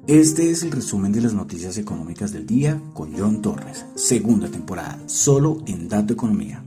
Este es el resumen de las noticias económicas del día con John Torres, segunda temporada, solo en Dato Economía.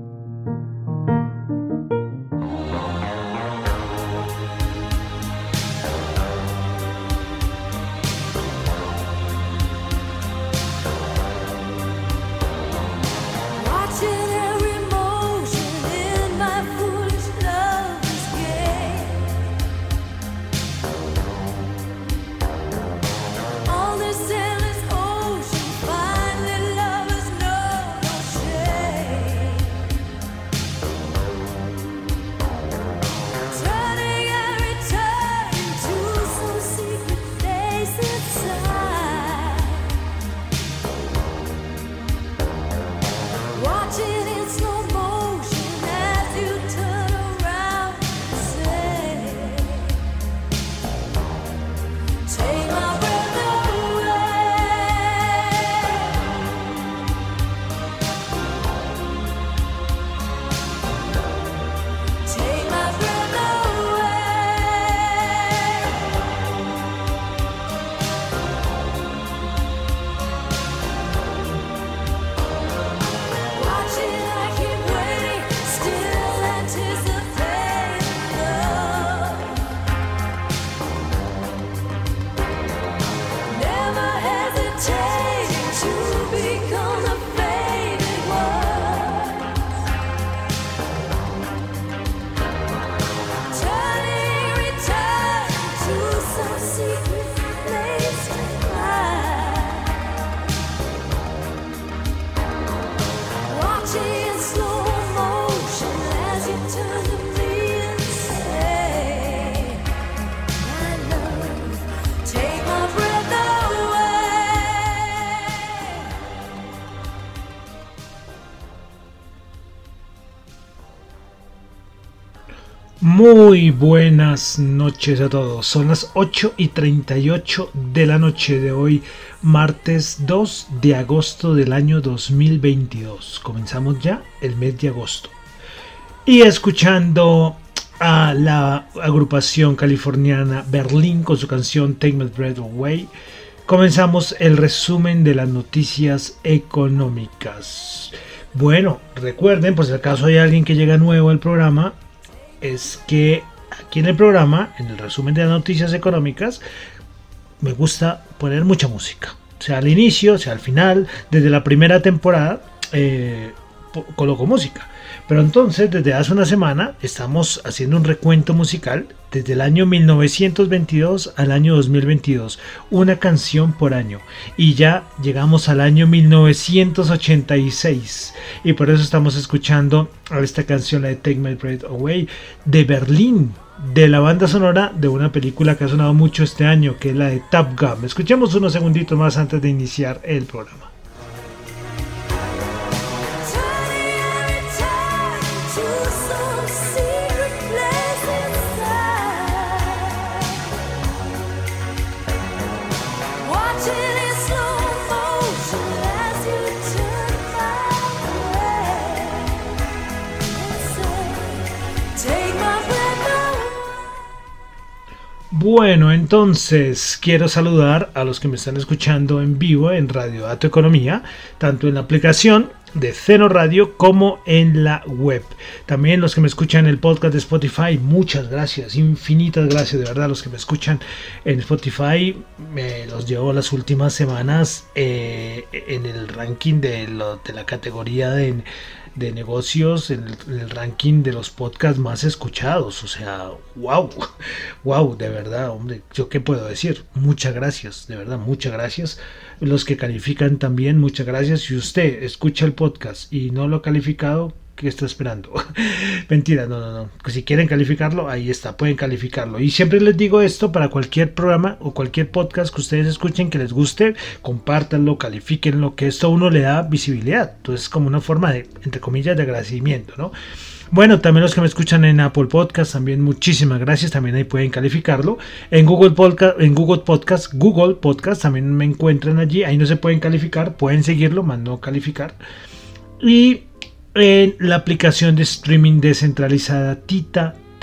Muy buenas noches a todos, son las 8:38 de la noche de hoy, martes 2 de agosto del año 2022. Comenzamos ya el mes de agosto y escuchando a la agrupación californiana Berlín con su canción Take My Breath Away, comenzamos el resumen de las noticias económicas. Bueno, recuerden, por si acaso hay alguien que llega nuevo al programa, es que aquí en el programa, en el resumen de las noticias económicas, me gusta poner mucha música, sea al inicio, sea al final. Desde la primera temporada coloco música, pero entonces desde hace una semana estamos haciendo un recuento musical desde el año 1922 al año 2022, una canción por año, y ya llegamos al año 1986, y por eso estamos escuchando esta canción, la de Take My Breath Away, de Berlín, de la banda sonora de una película que ha sonado mucho este año, que es la de Top Gun. Escuchemos unos segunditos más antes de iniciar el programa. Bueno, entonces quiero saludar a los que me están escuchando en vivo en Radio Dato Economía, tanto en la aplicación de Seno Radio como en la web. También los que me escuchan en el podcast de Spotify, muchas gracias, infinitas gracias, de verdad. Los que me escuchan en Spotify, me los llevo las últimas semanas en el ranking de la categoría de negocios, en el ranking de los podcasts más escuchados. O sea, wow, de verdad, hombre, yo qué puedo decir, muchas gracias, de verdad, muchas gracias. Los que califican también, muchas gracias. Si usted escucha el podcast y no lo ha calificado, ¿qué está esperando? Mentira, no. Si quieren calificarlo, ahí está, pueden calificarlo. Y siempre les digo esto para cualquier programa o cualquier podcast que ustedes escuchen que les guste, compártanlo, califíquenlo, que esto a uno le da visibilidad. Entonces es como una forma de, entre comillas, de agradecimiento, ¿no? Bueno, también los que me escuchan en Apple Podcast, también muchísimas gracias, también ahí pueden calificarlo. En Google Podcast también me encuentran allí, ahí no se pueden calificar, pueden seguirlo, más no calificar. Y en la aplicación de streaming descentralizada Tita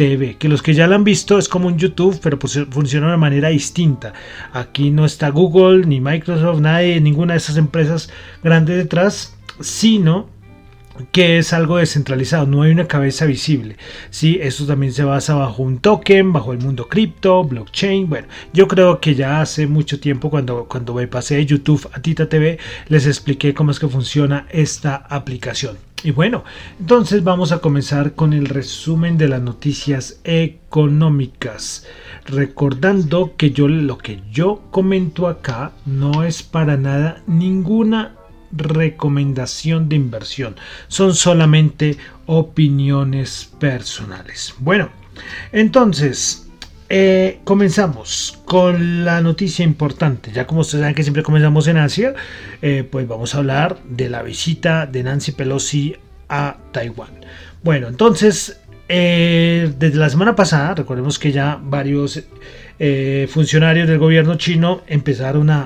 TV, que los que ya la han visto es como un YouTube, pero pues funciona de manera distinta. Aquí no está Google, ni Microsoft, nadie, ninguna de esas empresas grandes detrás, sino que es algo descentralizado, no hay una cabeza visible, ¿sí? Eso también se basa bajo un token, bajo el mundo cripto, blockchain. Bueno, yo creo que ya hace mucho tiempo cuando me pasé de YouTube a Tita TV les expliqué cómo es que funciona esta aplicación. Y bueno, entonces vamos a comenzar con el resumen de las noticias económicas, recordando que lo que yo comento acá no es para nada ninguna recomendación de inversión, son solamente opiniones personales. Bueno, entonces comenzamos con la noticia importante. Ya como ustedes saben que siempre comenzamos en Asia, pues vamos a hablar de la visita de Nancy Pelosi a Taiwán. Bueno, entonces desde la semana pasada, recordemos que ya varios funcionarios del gobierno chino empezaron a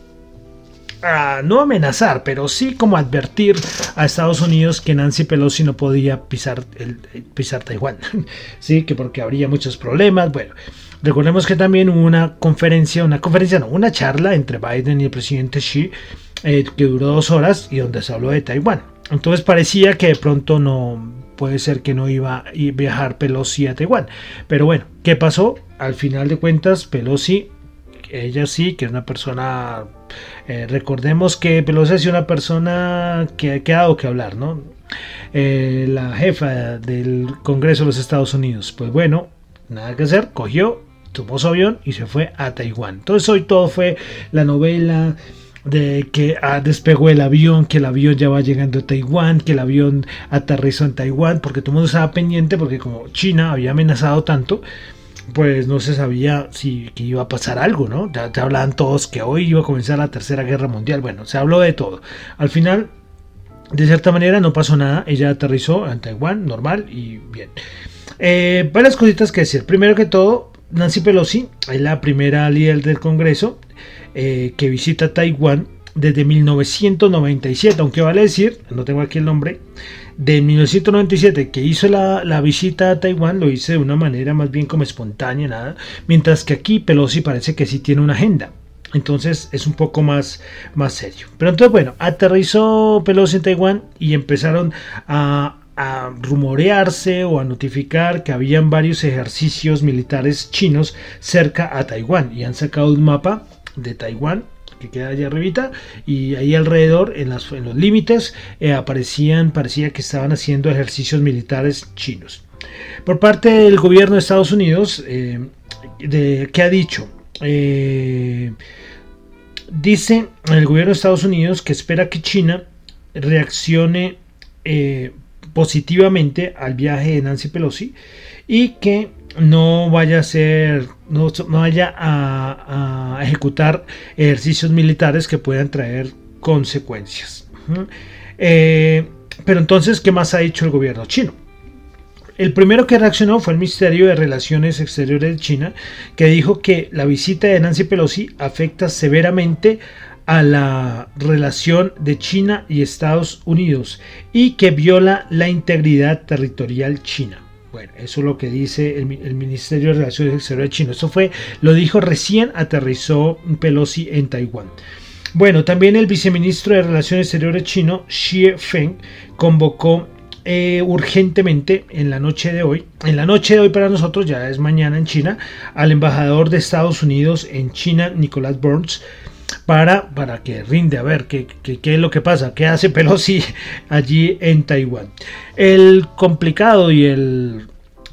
no amenazar, pero sí como advertir a Estados Unidos que Nancy Pelosi no podía pisar Taiwán, sí, que porque habría muchos problemas. Bueno, recordemos que también hubo una charla entre Biden y el presidente Xi que duró 2 horas y donde se habló de Taiwán. Entonces parecía que de pronto no puede ser que no iba a viajar Pelosi a Taiwán, pero bueno, ¿qué pasó? Al final de cuentas, Pelosi, ella sí, que es una persona, recordemos que Pelosi es una persona que ha dado que hablar, ¿no? La jefa del Congreso de los Estados Unidos, pues bueno, nada que hacer, cogió, tomó su avión y se fue a Taiwán. Entonces hoy todo fue la novela de que despegó el avión, que el avión ya va llegando a Taiwán, que el avión aterrizó en Taiwán, porque todo el mundo estaba pendiente, porque como China había amenazado tanto, pues no se sabía que iba a pasar algo, ¿no? Ya hablaban todos que hoy iba a comenzar la Tercera Guerra Mundial. Bueno, se habló de todo. Al final, de cierta manera, no pasó nada. Ella aterrizó en Taiwán, normal y bien. Varias cositas que decir. Primero que todo, Nancy Pelosi es la primera líder del Congreso que visita Taiwán desde 1997, aunque vale decir, no tengo aquí el nombre, de 1997 que hizo la visita a Taiwán, lo hice de una manera más bien como espontánea, nada, mientras que aquí Pelosi parece que sí tiene una agenda, entonces es un poco más serio. Pero entonces bueno, aterrizó Pelosi en Taiwán y empezaron a rumorearse o a notificar que habían varios ejercicios militares chinos cerca a Taiwán y han sacado un mapa de Taiwán que queda allá arribita, y ahí alrededor en los límites parecía que estaban haciendo ejercicios militares chinos. Por parte del gobierno de Estados Unidos, ¿qué ha dicho? Dice el gobierno de Estados Unidos que espera que China reaccione positivamente al viaje de Nancy Pelosi y que no vaya a ejecutar ejercicios militares que puedan traer consecuencias. Pero entonces, ¿qué más ha dicho el gobierno chino? El primero que reaccionó fue el Ministerio de Relaciones Exteriores de China, que dijo que la visita de Nancy Pelosi afecta severamente a la relación de China y Estados Unidos y que viola la integridad territorial china. Bueno, eso es lo que dice el Ministerio de Relaciones Exteriores chino. Eso lo dijo recién aterrizó Pelosi en Taiwán. Bueno, también el viceministro de Relaciones Exteriores chino, Xie Feng, convocó urgentemente en la noche de hoy para nosotros, ya es mañana en China, al embajador de Estados Unidos en China, Nicholas Burns, para que rinde a ver qué es lo que pasa, qué hace Pelosi allí en Taiwán. El complicado y el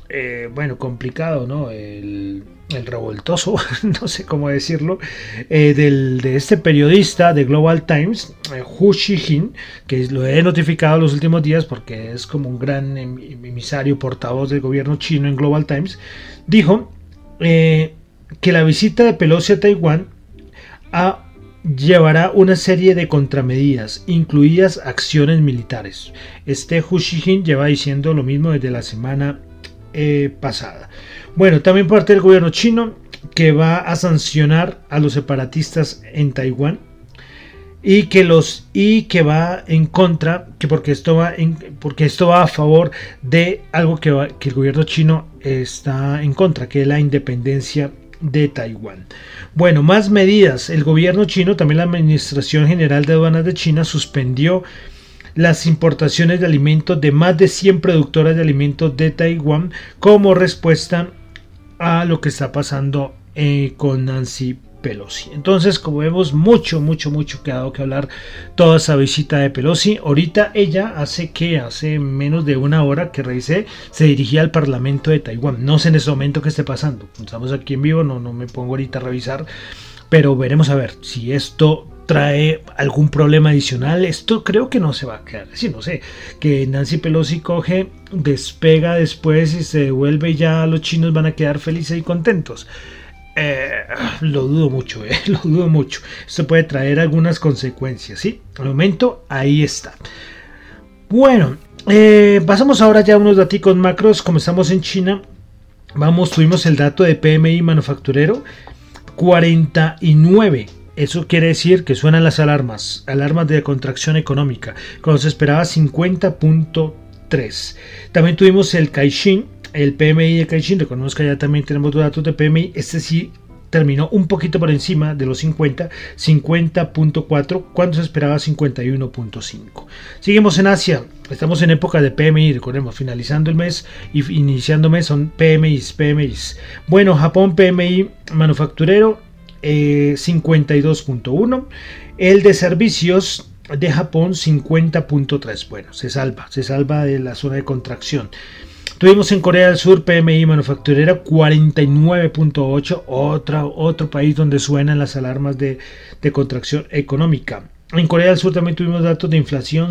revoltoso, no sé cómo decirlo, de este periodista de Global Times, Hu Xijin, que lo he notificado los últimos días porque es como un gran emisario, portavoz del gobierno chino en Global Times, dijo que la visita de Pelosi a Taiwán llevará una serie de contramedidas, incluidas acciones militares. Hu Xijin lleva diciendo lo mismo desde la semana pasada. Bueno, también parte del gobierno chino que va a sancionar a los separatistas en Taiwán y que va en contra, porque esto va a favor de algo que el gobierno chino está en contra, que es la independencia de Taiwán. Bueno, más medidas. El gobierno chino, también la Administración General de Aduanas de China, suspendió las importaciones de alimentos de más de 100 productoras de alimentos de Taiwán como respuesta a lo que está pasando con Nancy Pelosi. Entonces, como vemos, mucho que ha dado que hablar toda esa visita de Pelosi. Ahorita ella hace menos de una hora que revisé, se dirigía al Parlamento de Taiwán. No sé en ese momento qué esté pasando. Estamos aquí en vivo, no me pongo ahorita a revisar, pero veremos a ver si esto trae algún problema adicional. Esto creo que no se va a quedar así, no sé, que Nancy Pelosi despega después y se devuelve y ya los chinos van a quedar felices y contentos. Lo dudo mucho, lo dudo mucho. Esto puede traer algunas consecuencias, ¿sí? Al momento, ahí está. Bueno, pasamos ahora ya a unos datos macros. Como estamos en China, tuvimos el dato de PMI manufacturero, 49. Eso quiere decir que suenan las alarmas de contracción económica, cuando se esperaba 50.3. También tuvimos el Caixin, el PMI de Caixin. Recordemos que allá también tenemos los datos de PMI. Este sí terminó un poquito por encima de los 50.4, cuando se esperaba 51.5. Seguimos en Asia. Estamos en época de PMI, recordemos, finalizando el mes y iniciando mes son PMIs. Bueno, Japón, PMI manufacturero 52.1. El de servicios de Japón 50.3. Bueno, se salva de la zona de contracción. Tuvimos en Corea del Sur PMI manufacturera 49.8, otro país donde suenan las alarmas de contracción económica. En Corea del Sur también tuvimos datos de inflación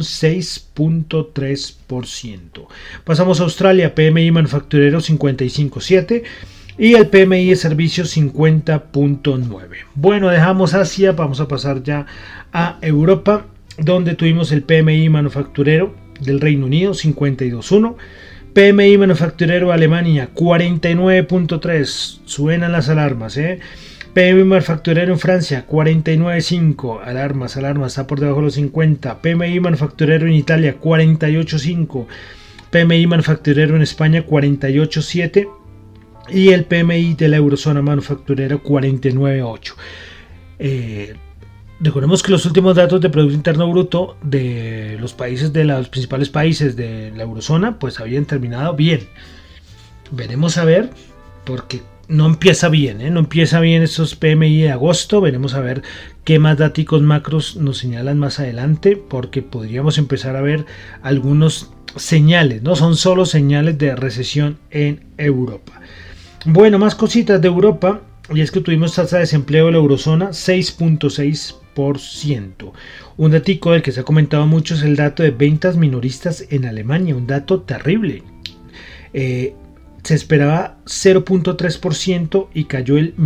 6.3%. Pasamos a Australia, PMI manufacturero 55.7 y el PMI de servicios 50.9. Bueno, dejamos Asia, vamos a pasar ya a Europa, donde tuvimos el PMI manufacturero del Reino Unido 52.1. PMI manufacturero Alemania 49.3, suenan las alarmas, PMI manufacturero en Francia 49.5, alarmas, está por debajo de los 50. PMI manufacturero en Italia 48.5, PMI manufacturero en España 48.7 y el PMI de la eurozona manufacturera 49.8. Recordemos que los últimos datos de Producto Interno Bruto de los principales países de la eurozona pues habían terminado bien. Veremos a ver, porque no empieza bien, estos PMI de agosto. Veremos a ver qué más datos macros nos señalan más adelante, porque podríamos empezar a ver algunos señales, no son solo señales de recesión en Europa. Bueno, más cositas de Europa, y es que tuvimos tasa de desempleo de la eurozona 6.6%. Un datico del que se ha comentado mucho es el dato de ventas minoristas en Alemania, un dato terrible. Se esperaba 0.3% y cayó el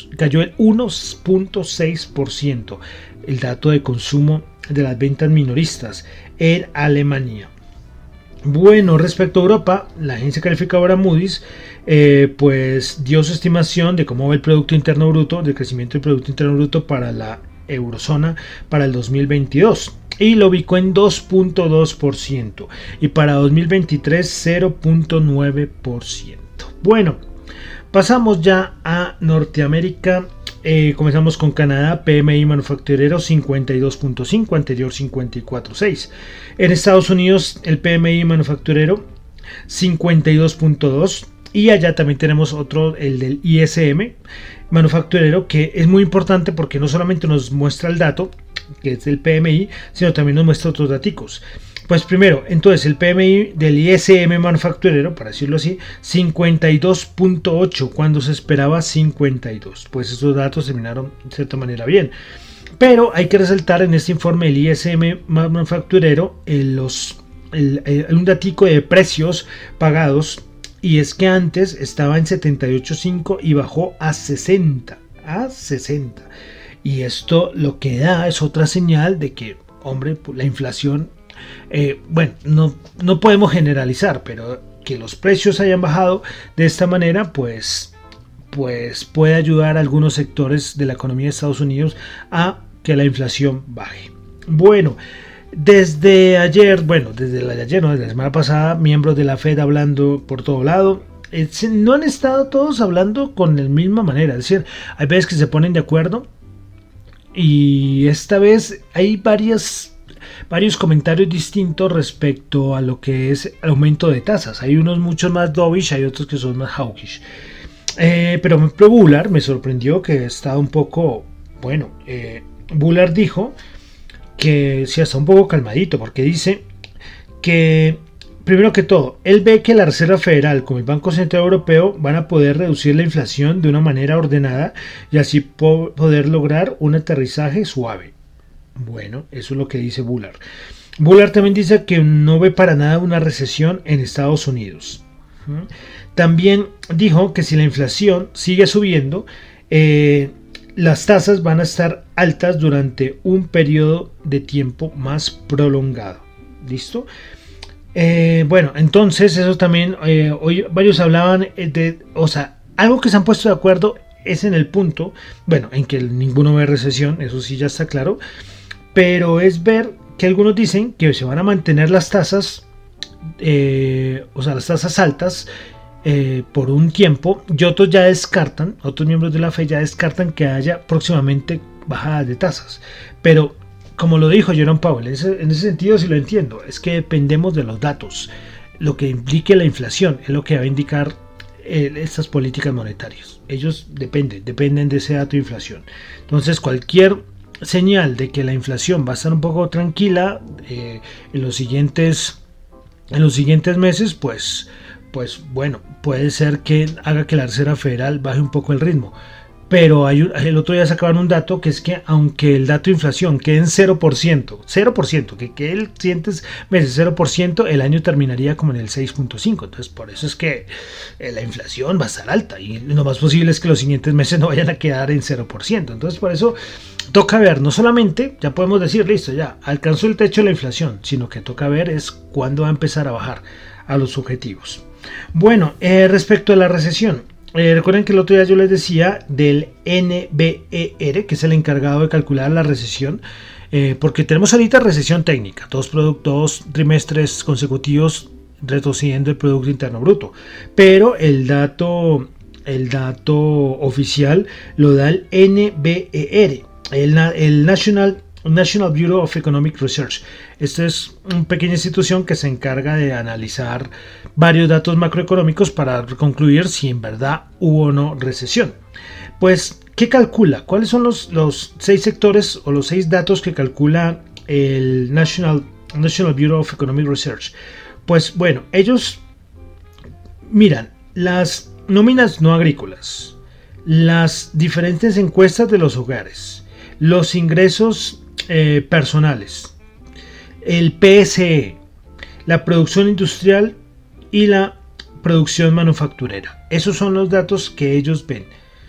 1.6%, el dato de consumo de las ventas minoristas en Alemania. Bueno, respecto a Europa, la agencia calificadora Moody's pues dio su estimación de cómo va el Producto Interno Bruto, del crecimiento del Producto Interno Bruto para la eurozona para el 2022 y lo ubicó en 2.2% y para 2023 0.9%. Bueno, pasamos ya a Norteamérica. Comenzamos con Canadá, PMI manufacturero 52.5, anterior 54.6. En Estados Unidos el PMI manufacturero 52.2 y allá también tenemos otro, el del ISM manufacturero, que es muy importante porque no solamente nos muestra el dato, que es el PMI, sino también nos muestra otros datos. Pues primero, entonces el PMI del ISM manufacturero, para decirlo así, 52.8 cuando se esperaba 52. Pues esos datos terminaron de cierta manera bien. Pero hay que resaltar en este informe del ISM manufacturero un datico de precios pagados, y es que antes estaba en 78.5 y bajó a 60. Y esto lo que da es otra señal de que, hombre, la inflación, no podemos generalizar, pero que los precios hayan bajado de esta manera, pues puede ayudar a algunos sectores de la economía de Estados Unidos a que la inflación baje. Bueno, desde ayer, desde la semana pasada, miembros de la Fed hablando por todo lado. No han estado todos hablando con la misma manera, es decir, hay veces que se ponen de acuerdo y esta vez hay varios comentarios distintos respecto a lo que es el aumento de tasas. Hay unos mucho más dovish, hay otros que son más hawkish. Pero Bullard me sorprendió que estaba un poco, Bullard dijo que sí, está un poco calmadito, porque dice que primero que todo, él ve que la Reserva Federal como el Banco Central Europeo van a poder reducir la inflación de una manera ordenada y así poder lograr un aterrizaje suave. Bueno, eso es lo que dice Bullard. Bullard también dice que no ve para nada una recesión en Estados Unidos. También dijo que si la inflación sigue subiendo, las tasas van a estar altas durante un periodo de tiempo más prolongado. ¿Listo? Entonces eso también, hoy varios hablaban algo que se han puesto de acuerdo es en el punto, en que ninguno ve recesión, eso sí ya está claro, pero es ver que algunos dicen que se van a mantener las tasas, las tasas altas por un tiempo, y otros miembros de la FED ya descartan que haya próximamente bajadas de tasas, pero como lo dijo Jerome Powell, en ese sentido sí lo entiendo, es que dependemos de los datos, lo que implique la inflación es lo que va a indicar estas políticas monetarias. Ellos dependen de ese dato de inflación. Entonces cualquier señal de que la inflación va a estar un poco tranquila en los siguientes meses, pues puede ser que haga que la Reserva Federal baje un poco el ritmo. Pero el otro día sacaban un dato que es que aunque el dato de inflación quede en 0%, que quede el siguientes meses 0%, el año terminaría como en el 6.5%. Entonces por eso es que la inflación va a estar alta y lo más posible es que los siguientes meses no vayan a quedar en 0%. Entonces por eso toca ver, no solamente ya podemos decir, listo, ya alcanzó el techo de la inflación, sino que toca ver es cuándo va a empezar a bajar a los objetivos. Respecto a la recesión, recuerden que el otro día yo les decía del NBER, que es el encargado de calcular la recesión, porque tenemos ahorita recesión técnica, dos trimestres consecutivos retrocediendo el Producto Interno Bruto, pero el dato oficial lo da el NBER, el National Bureau of Economic Research. Esta es una pequeña institución que se encarga de analizar varios datos macroeconómicos para concluir si en verdad hubo o no recesión. Pues, ¿qué calcula? ¿Cuáles son los 6 sectores o los 6 datos que calcula el National Bureau of Economic Research? Pues ellos miran las nóminas no agrícolas, las diferentes encuestas de los hogares, los ingresos personales, el PSE, la producción industrial y la producción manufacturera. Esos son los datos que ellos ven.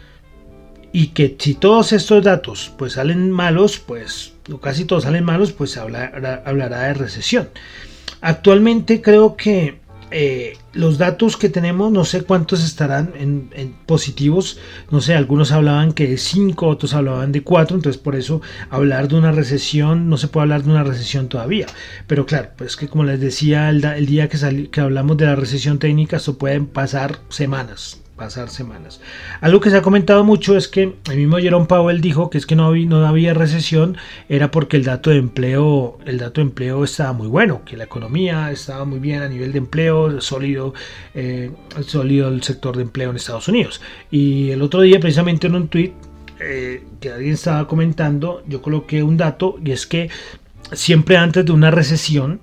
Y que si todos estos datos pues salen malos, o casi todos salen malos, pues hablará de recesión. Actualmente creo que los datos que tenemos, no sé cuántos estarán en positivos, no sé, algunos hablaban que de 5, otros hablaban de 4, entonces por eso hablar de una recesión, no se puede hablar de una recesión todavía, pero claro, pues que como les decía el día que hablamos de la recesión técnica, esto pueden pasar semanas. Algo que se ha comentado mucho es que el mismo Jerome Powell dijo que es que no había recesión, era porque el dato de empleo estaba muy bueno, que la economía estaba muy bien a nivel de empleo, sólido el sector de empleo en Estados Unidos. Y el otro día, precisamente en un tweet que alguien estaba comentando, yo coloqué un dato, y es que siempre antes de una recesión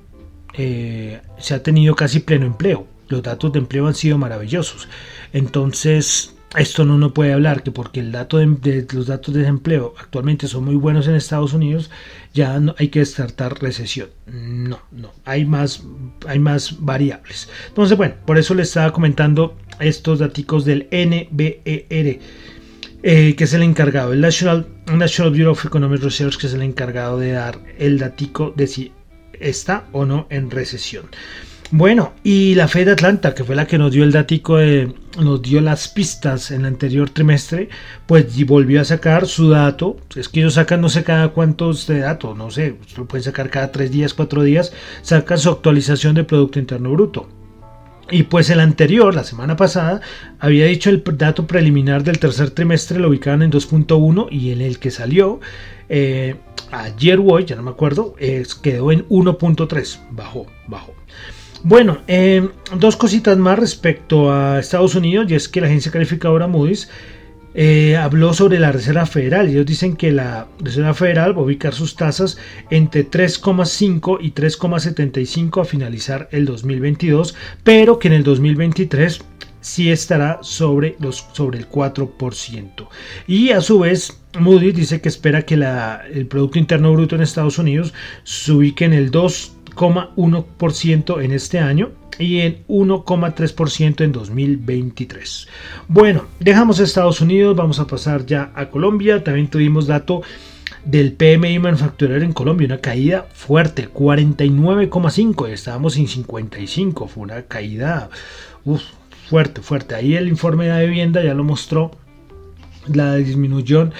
se ha tenido casi pleno empleo. Los datos de empleo han sido maravillosos. Entonces, esto no puede hablar que porque los datos de desempleo actualmente son muy buenos en Estados Unidos, ya no hay que descartar recesión. No, hay más variables. Entonces, por eso les estaba comentando estos datos del NBER, que es el encargado, el National Bureau of Economic Research, que es el encargado de dar el datico de si está o no en recesión. Bueno, y la Fed de Atlanta, que fue la que nos dio el datico nos dio las pistas en el anterior trimestre, pues volvió a sacar su dato. Es que ellos sacan no sé cada cuántos de datos, no sé, lo pueden sacar cada 3 días, 4 días, sacan su actualización de Producto Interno Bruto. Y pues el anterior, la semana pasada, había dicho el dato preliminar del tercer trimestre lo ubicaban en 2.1 y en el que salió ayer o hoy, ya no me acuerdo, quedó en 1.3, bajó. Bueno, dos cositas más respecto a Estados Unidos, y es que la agencia calificadora Moody's habló sobre la Reserva Federal. Ellos dicen que la Reserva Federal va a ubicar sus tasas entre 3,5 y 3,75 a finalizar el 2022, pero que en el 2023 sí estará sobre el 4%. Y a su vez, Moody's dice que espera que el Producto Interno Bruto en Estados Unidos se ubique en el 2,1% en este año y en 1,3% en 2023. Bueno, dejamos Estados Unidos, vamos a pasar ya a Colombia. También tuvimos dato del PMI manufacturero en Colombia, una caída fuerte, 49,5, estábamos en 55, fue una caída fuerte. Ahí el informe de la vivienda ya lo mostró, la disminución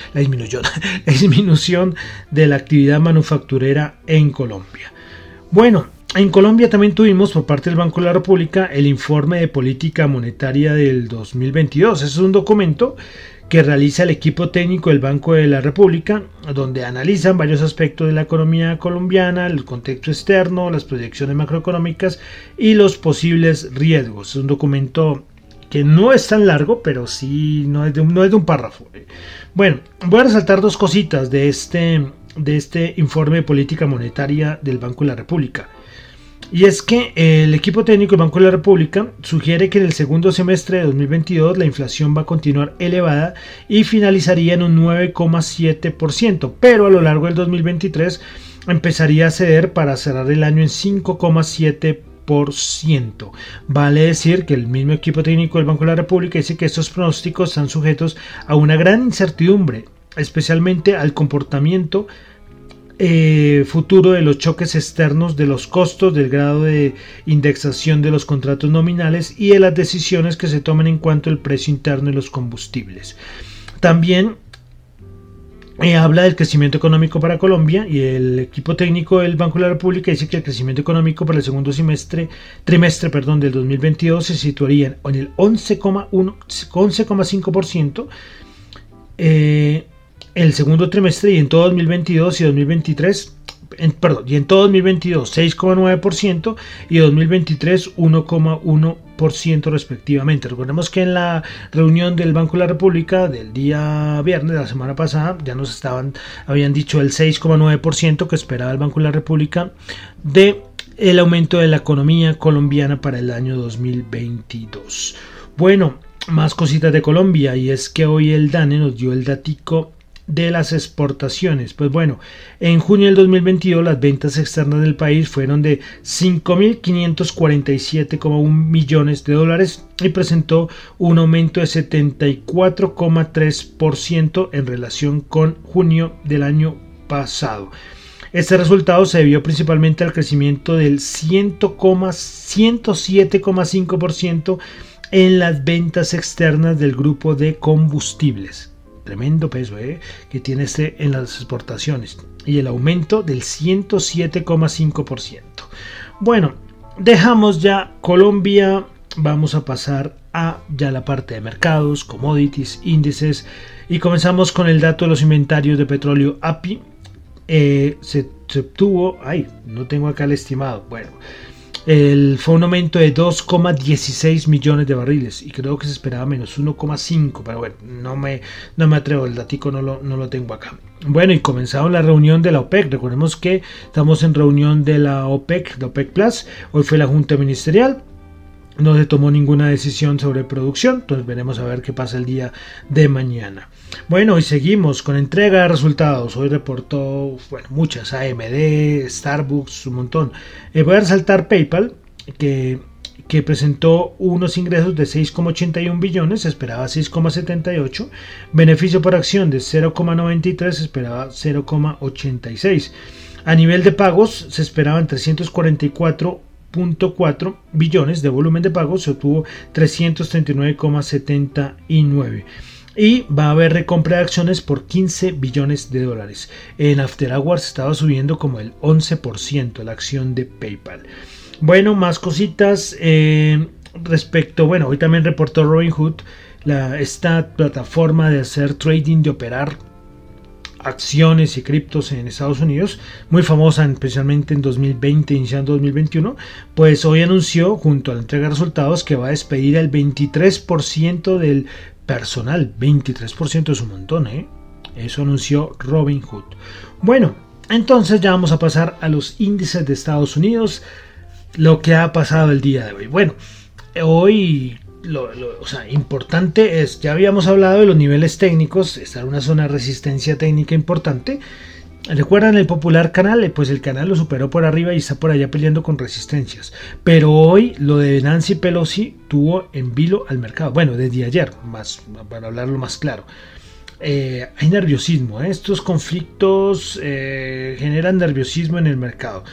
de la actividad manufacturera en Colombia. Bueno, en Colombia también tuvimos por parte del Banco de la República el informe de política monetaria del 2022. Es un documento que realiza el equipo técnico del Banco de la República, donde analizan varios aspectos de la economía colombiana, el contexto externo, las proyecciones macroeconómicas y los posibles riesgos. Es un documento que no es tan largo, pero sí no es de un párrafo. Bueno, voy a resaltar dos cositas de este informe de política monetaria del Banco de la República. Y es que el equipo técnico del Banco de la República sugiere que en el segundo semestre de 2022 la inflación va a continuar elevada y finalizaría en un 9,7%, pero a lo largo del 2023 empezaría a ceder para cerrar el año en 5,7%. Vale decir que el mismo equipo técnico del Banco de la República dice que estos pronósticos están sujetos a una gran incertidumbre, especialmente al comportamiento futuro de los choques externos, de los costos, del grado de indexación de los contratos nominales y de las decisiones que se tomen en cuanto al precio interno de los combustibles. También habla del crecimiento económico para Colombia, y el equipo técnico del Banco de la República dice que el crecimiento económico para el segundo trimestre del 2022 se situaría en el 11,5%. El segundo trimestre, y en todo 2022 y 2023, y en todo 2022 6,9% y 2023 1,1% respectivamente. Recordemos que en la reunión del Banco de la República del día viernes de la semana pasada ya habían dicho el 6,9% que esperaba el Banco de la República de el aumento de la economía colombiana para el año 2022. Bueno, más cositas de Colombia, y es que hoy el DANE nos dio el datico de las exportaciones. Pues bueno, en junio del 2022 las ventas externas del país fueron de 5.547,1 millones de dólares y presentó un aumento de 74,3% en relación con junio del año pasado. Este resultado se debió principalmente al crecimiento del 107,5% en las ventas externas del grupo de combustibles. Tremendo peso que tiene en las exportaciones, y el aumento del 107,5%. Bueno, dejamos ya Colombia, vamos a pasar a ya la parte de mercados, commodities, índices, y comenzamos con el dato de los inventarios de petróleo API. Se obtuvo, no tengo acá el estimado, fue un aumento de 2,16 millones de barriles, y creo que se esperaba menos 1,5, pero bueno, no me atrevo, el datico no lo tengo acá. Bueno, y comenzamos la reunión de la OPEC. Recordemos que estamos en reunión de la OPEC Plus. Hoy fue la junta ministerial. No se tomó ninguna decisión sobre producción, entonces veremos a ver qué pasa el día de mañana. Bueno, hoy seguimos con entrega de resultados. Hoy reportó muchas, AMD, Starbucks, un montón. Voy a resaltar PayPal, que presentó unos ingresos de 6,81 billones, se esperaba 6,78. Beneficio por acción de 0,93, se esperaba 0,86. A nivel de pagos se esperaban 344 1.4 billones de volumen de pagos, se obtuvo 339,79 y va a haber recompra de acciones por 15 billones de dólares. En After Hours estaba subiendo como el 11% la acción de PayPal. Bueno, más cositas respecto, bueno, hoy también reportó Robinhood, esta plataforma de hacer trading, de operar acciones y criptos en Estados Unidos, muy famosa especialmente en 2020, iniciando 2021, pues hoy anunció junto a la entrega de resultados que va a despedir el 23% del personal. 23% es un montón, eso anunció Robinhood. Bueno, entonces ya vamos a pasar a los índices de Estados Unidos, lo que ha pasado el día de hoy. Bueno, hoy importante es, ya habíamos hablado de los niveles técnicos, está en una zona de resistencia técnica importante. ¿Recuerdan el popular canal? Pues el canal lo superó por arriba y está por allá peleando con resistencias. Pero hoy lo de Nancy Pelosi tuvo en vilo al mercado. Bueno, desde ayer, más para hablarlo más claro. Hay nerviosismo, estos conflictos generan nerviosismo en el mercado.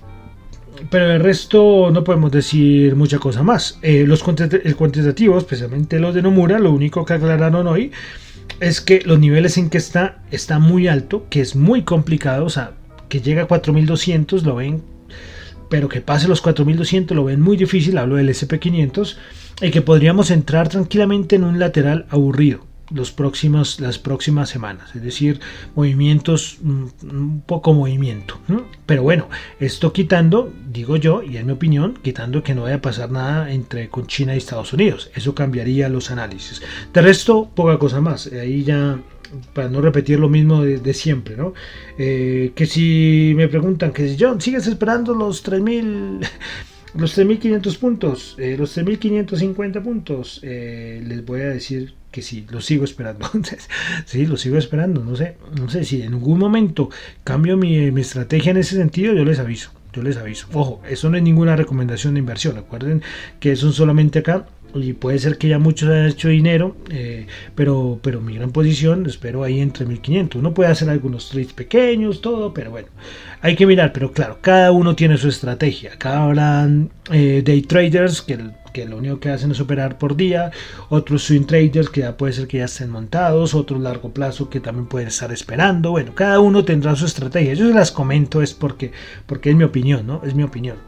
Pero el resto no podemos decir mucha cosa más. El cuantitativo, especialmente los de Nomura, lo único que aclararon hoy es que los niveles en que está muy alto, que es muy complicado, o sea, que llega a 4200 lo ven, pero que pase los 4200 lo ven muy difícil, hablo del SP500, y que podríamos entrar tranquilamente en un lateral aburrido las próximas semanas, es decir, movimientos, un poco movimiento, pero bueno, esto quitando, digo yo, y en mi opinión, quitando que no vaya a pasar nada con China y Estados Unidos, eso cambiaría los análisis. De resto, poca cosa más, ahí ya para no repetir lo mismo de siempre, ¿no? Que si me preguntan que si John, ¿sigues esperando los 3000 los 3.500 puntos, los 3.550 puntos? Les voy a decir que sí, lo sigo esperando. Sí, lo sigo esperando. No sé si en algún momento cambio mi estrategia en ese sentido, yo les aviso. Ojo, eso no es ninguna recomendación de inversión. Recuerden que eso solamente acá, y puede ser que ya muchos hayan hecho dinero, pero mi gran posición espero ahí entre 1.500. Uno puede hacer algunos trades pequeños, todo, pero bueno, hay que mirar. Pero claro, cada uno tiene su estrategia. Acá habrán day traders que lo único que hacen es operar por día, otros swing traders que ya puede ser que ya estén montados, otros largo plazo que también pueden estar esperando. Bueno, cada uno tendrá su estrategia. Yo se las comento es porque es mi opinión, ¿no? Es mi opinión.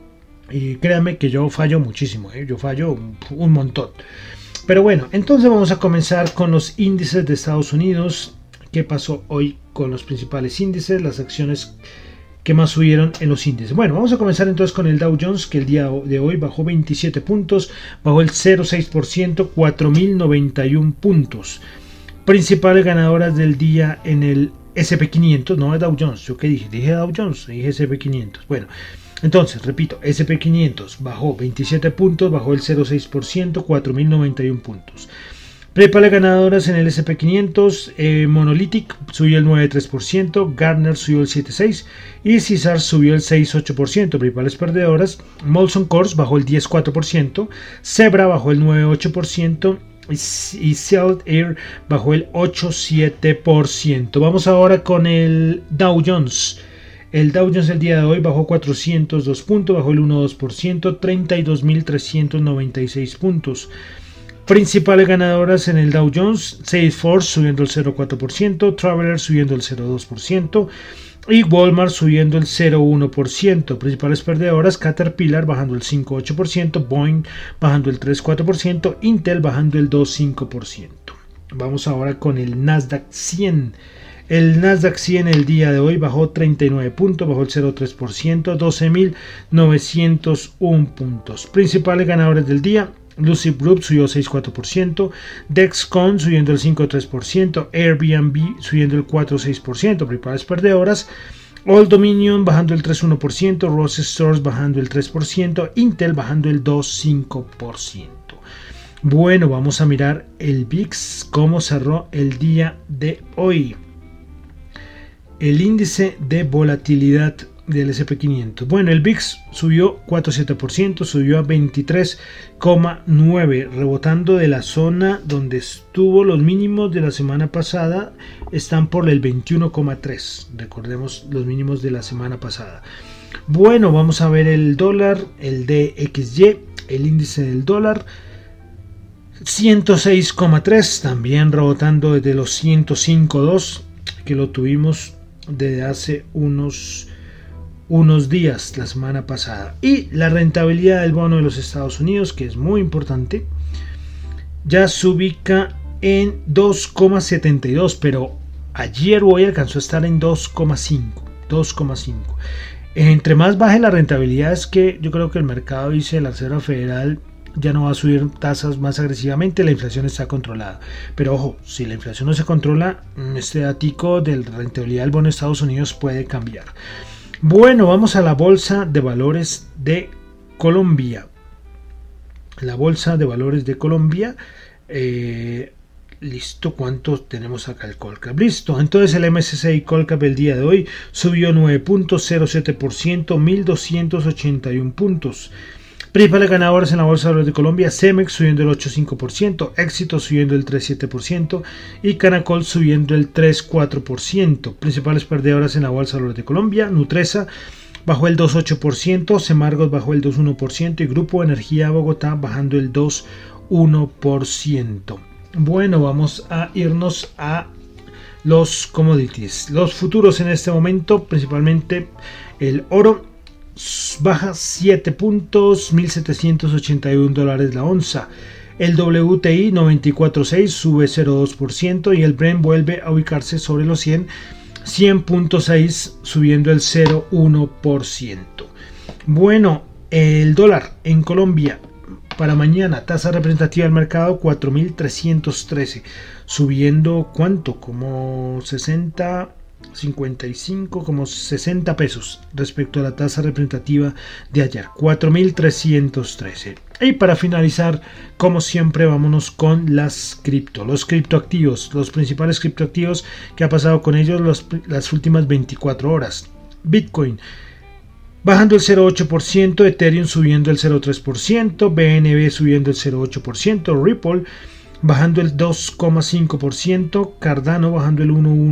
Y créanme que yo fallo muchísimo, yo fallo un montón. Pero bueno, entonces vamos a comenzar con los índices de Estados Unidos. ¿Qué pasó hoy con los principales índices? Las acciones que más subieron en los índices. Bueno, vamos a comenzar entonces con el Dow Jones, que el día de hoy bajó 27 puntos, bajó el 0,6%, 4.091 puntos. Principales ganadoras del día en el SP500, no es Dow Jones. ¿Yo qué dije? Dije Dow Jones, dije SP500. Bueno, entonces, repito, SP500 bajó 27 puntos, bajó el 0,6%, 4.091 puntos. Principales ganadoras en el SP500, Monolithic subió el 9,3%, Gartner subió el 7,6% y Caesar subió el 6,8%. Principales perdedoras, Molson Coors bajó el 10,4%, Zebra bajó el 9,8% y Sealed Air bajó el 8,7%. Vamos ahora con el Dow Jones. El Dow Jones el día de hoy bajó 402 puntos, bajó el 1,2%, 32.396 puntos. Principales ganadoras en el Dow Jones, Salesforce subiendo el 0,4%, Traveler subiendo el 0,2% y Walmart subiendo el 0,1%. Principales perdedoras, Caterpillar bajando el 5,8%, Boeing bajando el 3,4%, Intel bajando el 2,5%. Vamos ahora con el Nasdaq 100. El Nasdaq 100 el día de hoy bajó 39 puntos, bajó el 0,3%, 12.901 puntos. Principales ganadores del día, Lucid Group subió 6,4%, Dexcom subiendo el 5,3%, Airbnb subiendo el 4,6%, principales perdedoras, Old Dominion bajando el 3,1%, Ross Stores bajando el 3%, Intel bajando el 2,5%. Bueno, vamos a mirar el VIX, cómo cerró el día de hoy. El índice de volatilidad del SP500. Bueno, el VIX subió 4,7%, subió a 23,9, rebotando de la zona donde estuvo los mínimos de la semana pasada, están por el 21,3. Recordemos los mínimos de la semana pasada. Bueno, vamos a ver el dólar, el DXY, el índice del dólar. 106,3, también rebotando desde los 105,2 que lo tuvimos desde hace unos días, la semana pasada. Y la rentabilidad del bono de los Estados Unidos, que es muy importante, ya se ubica en 2,72, pero ayer o hoy alcanzó a estar en 2,5. Entre más baje la rentabilidad, es que yo creo que el mercado dice la Reserva Federal ya no va a subir tasas más agresivamente, la inflación está controlada. Pero ojo, si la inflación no se controla, este datico de la rentabilidad del bono de Estados Unidos puede cambiar. Bueno, vamos a la Bolsa de Valores de Colombia. La Bolsa de Valores de Colombia, listo, ¿cuánto tenemos acá el Colcap? Listo, entonces el MSCI Colcap el día de hoy subió 9.07%, 1.281 puntos. Principales ganadores en la Bolsa de Valores de Colombia: Cemex subiendo el 8.5%, Éxito subiendo el 3.7% y Canacol subiendo el 3.4%. Principales perdedoras en la Bolsa de Valores de Colombia: Nutresa bajó el 2.8%, Semargos bajó el 2.1% y Grupo Energía Bogotá bajando el 2.1%. Bueno, vamos a irnos a los commodities. Los futuros en este momento, principalmente el oro, baja 7 puntos, $1.781 la onza. El WTI 94.6 sube 0.2% y el Brent vuelve a ubicarse sobre los 100.6, subiendo el 0.1%. Bueno, el dólar en Colombia para mañana, tasa representativa del mercado 4.313, subiendo ¿cuánto? Como 55, como 60 pesos respecto a la tasa representativa de ayer, 4.313. Y para finalizar, como siempre, vámonos con los criptoactivos, los principales criptoactivos que ha pasado con ellos las últimas 24 horas. Bitcoin bajando el 0.8%, Ethereum subiendo el 0.3%, BNB subiendo el 0.8%, Ripple bajando el 2.5%, Cardano bajando el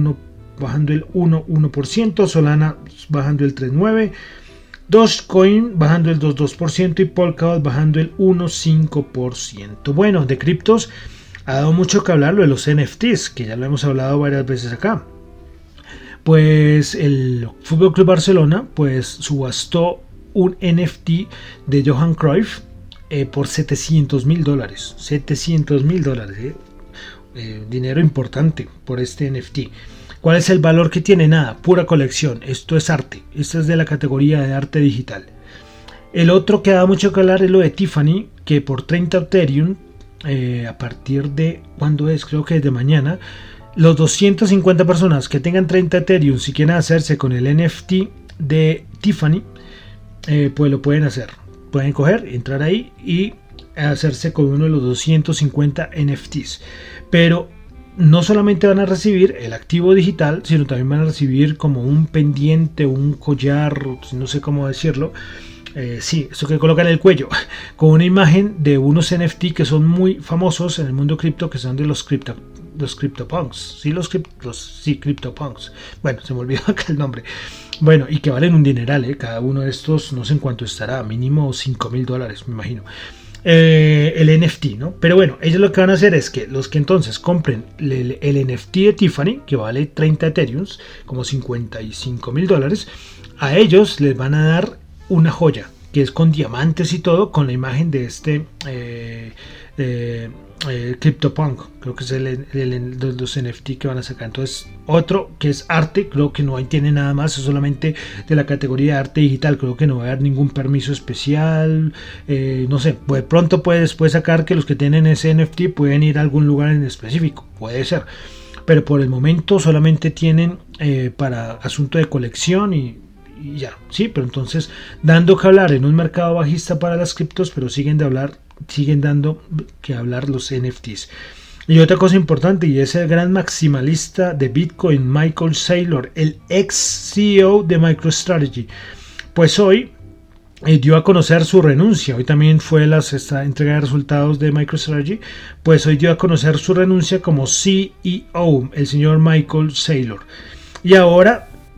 1.1%, Solana bajando el 3.9%, Dogecoin bajando el 2.2% y Polkadot bajando el 1.5%. Bueno, de criptos ha dado mucho que hablar lo de los NFTs, que ya lo hemos hablado varias veces acá. Pues el Fútbol Club Barcelona pues subastó un NFT de Johan Cruyff por $700,000. $700,000, dinero importante por este NFT. ¿Cuál es el valor que tiene? Nada, pura colección. Esto es arte. Esto es de la categoría de arte digital. El otro que da mucho que hablar es lo de Tiffany, que por 30 Ethereum, a partir de, ¿cuándo es? Creo que es de mañana, los 250 personas que tengan 30 Ethereum, si quieren hacerse con el NFT de Tiffany, pues lo pueden hacer. Pueden coger, entrar ahí y hacerse con uno de los 250 NFTs. Pero no solamente van a recibir el activo digital, sino también van a recibir como un pendiente, un collar, no sé cómo decirlo. Sí, eso que colocan en el cuello, con una imagen de unos NFT que son muy famosos en el mundo cripto, que son de los CryptoPunks. Sí, CryptoPunks. Bueno, se me olvidó acá el nombre. Bueno, y que valen un dineral, cada uno de estos, no sé en cuánto estará, mínimo $5,000, me imagino. El NFT, ¿no? Pero bueno, ellos lo que van a hacer es que los que entonces compren el NFT de Tiffany, que vale 30 Ethereum, como $55,000, a ellos les van a dar una joya que es con diamantes y todo, con la imagen de este CryptoPunk. Creo que es los NFT que van a sacar. Entonces, otro que es arte, creo que no tiene nada más, es solamente de la categoría de arte digital. Creo que no va a haber ningún permiso especial. No sé, pues pronto puede después sacar que los que tienen ese NFT pueden ir a algún lugar en específico. Puede ser. Pero por el momento solamente tienen para asunto de colección y ya, sí, pero entonces dando que hablar en un mercado bajista para las criptos, pero siguen dando que hablar los NFTs. Y otra cosa importante, y es el gran maximalista de Bitcoin, Michael Saylor, el ex CEO de MicroStrategy, pues hoy dio a conocer su renuncia. Hoy también fue esta entrega de resultados de MicroStrategy, pues hoy dio a conocer su renuncia como CEO, el señor Michael Saylor. Y ahora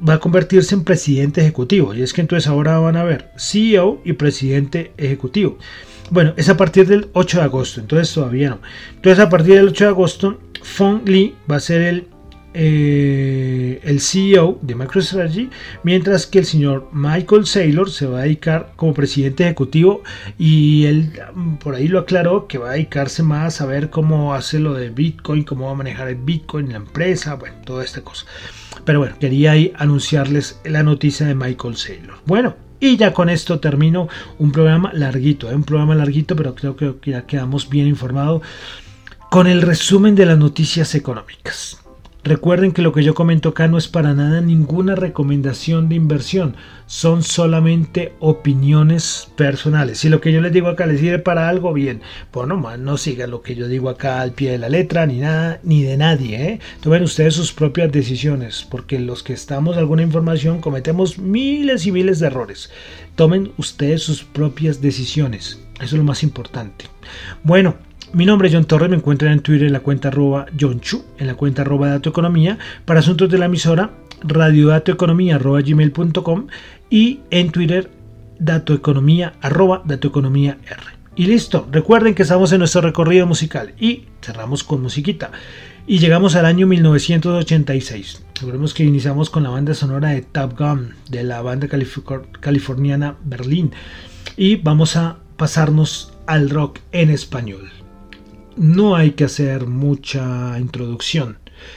va a convertirse en presidente ejecutivo. Y es que entonces ahora van a ver CEO y presidente ejecutivo. Bueno, es a partir del 8 de agosto, entonces todavía no. Entonces a partir del 8 de agosto, Phong Le va a ser el CEO de MicroStrategy, mientras que el señor Michael Saylor se va a dedicar como presidente ejecutivo, y él por ahí lo aclaró que va a dedicarse más a ver cómo hace lo de Bitcoin, cómo va a manejar el Bitcoin en la empresa, bueno, toda esta cosa. Pero bueno, quería ahí anunciarles la noticia de Michael Saylor. Bueno, y ya con esto termino un programa larguito, pero creo que ya quedamos bien informados con el resumen de las noticias económicas. Recuerden que lo que yo comento acá no es para nada ninguna recomendación de inversión, son solamente opiniones personales. Si lo que yo les digo acá les sirve para algo, bien, pues nomás no sigan lo que yo digo acá al pie de la letra, ni nada, ni de nadie, Tomen ustedes sus propias decisiones, porque los que estamos alguna información cometemos miles y miles de errores. Tomen ustedes sus propias decisiones, eso es lo más importante. Bueno, mi nombre es John Torres, me encuentran en Twitter en la cuenta @JohnChu, en la cuenta @DatoEconomía, para asuntos de la emisora radiodatoeconomía@gmail.com y en Twitter datoeconomía @datoeconomíar. Y listo, recuerden que estamos en nuestro recorrido musical y cerramos con musiquita. Y llegamos al año 1986. Recordemos que iniciamos con la banda sonora de Top Gun, de la banda californiana Berlín. Y vamos a pasarnos al rock en español. No hay que hacer mucha introducción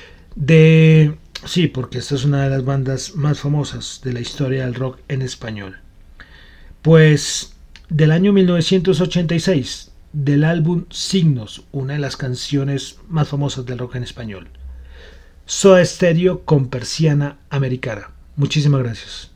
sí, porque esta es una de las bandas más famosas de la historia del rock en español. Pues del año 1986, del álbum Signos, una de las canciones más famosas del rock en español. Soda Stereo con Persiana Americana. Muchísimas gracias.